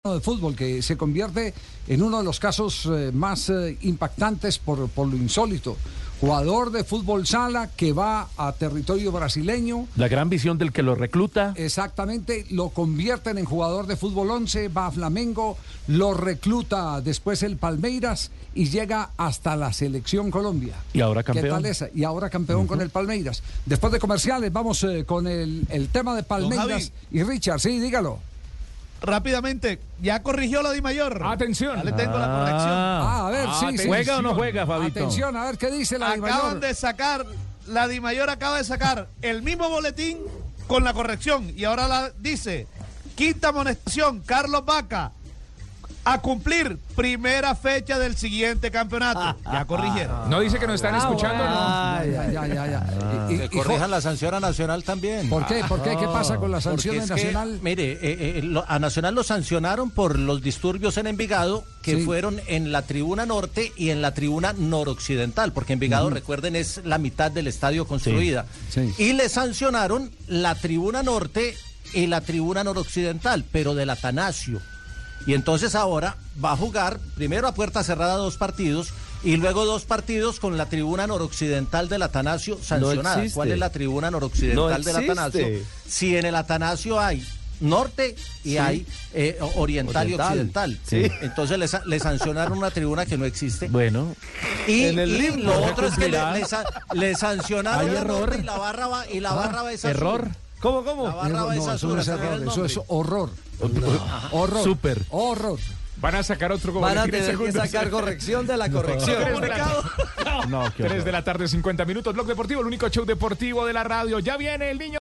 de fútbol que se convierte en uno de los casos más impactantes por lo insólito. Jugador de fútbol sala que va a territorio brasileño. La gran visión del que lo recluta. Exactamente, lo convierten en jugador de fútbol 11, va a Flamengo, lo recluta después el Palmeiras y llega hasta la selección Colombia. Y ahora campeón. ¿Qué tal esa? Y ahora campeón con el Palmeiras. Después de comerciales vamos con el tema de Palmeiras y Richard, sí, dígalo. Rápidamente, ya corrigió la Di Mayor. Atención. Ya le tengo la corrección. A ver, sí. ¿Juega o no juega, Fabito? Atención, a ver qué dice la Di Mayor. Acaban de sacar, la Di Mayor acaba de sacar el mismo boletín con la corrección. Y ahora dice, quinta amonestación, Carlos Vaca, a cumplir primera fecha del siguiente campeonato. Ya corrigieron. No dice que nos están escuchando, ¿no? Ya. Que corrijan la sanción a Nacional también. ¿Por qué? ¿Qué pasa con la sanción de Nacional? Mire, a Nacional lo sancionaron por los disturbios en Envigado que fueron en la tribuna norte y en la tribuna noroccidental, porque Envigado, recuerden, es la mitad del estadio construida. Sí. Y le sancionaron la tribuna norte y la tribuna noroccidental, pero del Atanasio. Y entonces ahora va a jugar primero a puerta cerrada 2 partidos y luego 2 partidos con la tribuna noroccidental del Atanasio sancionada. No. ¿Cuál es la tribuna noroccidental del Atanasio? Si en el Atanasio hay norte y hay oriental y occidental. Sí. Entonces le sancionaron una tribuna que no existe. Bueno. Y, en el y lo otro es que le sancionaron ¿Hay la error? norte y la barra va a esa ¿Error? ¿Cómo? La barra va a esa Eso no es error, eso es horror. Horror. Súper. Horror. Van a sacar otro Van a boletín en tener que segundos. sacar corrección de la corrección. 3 de la tarde, 50 minutos. Blog Deportivo, el único show deportivo de la radio. Ya viene el niño.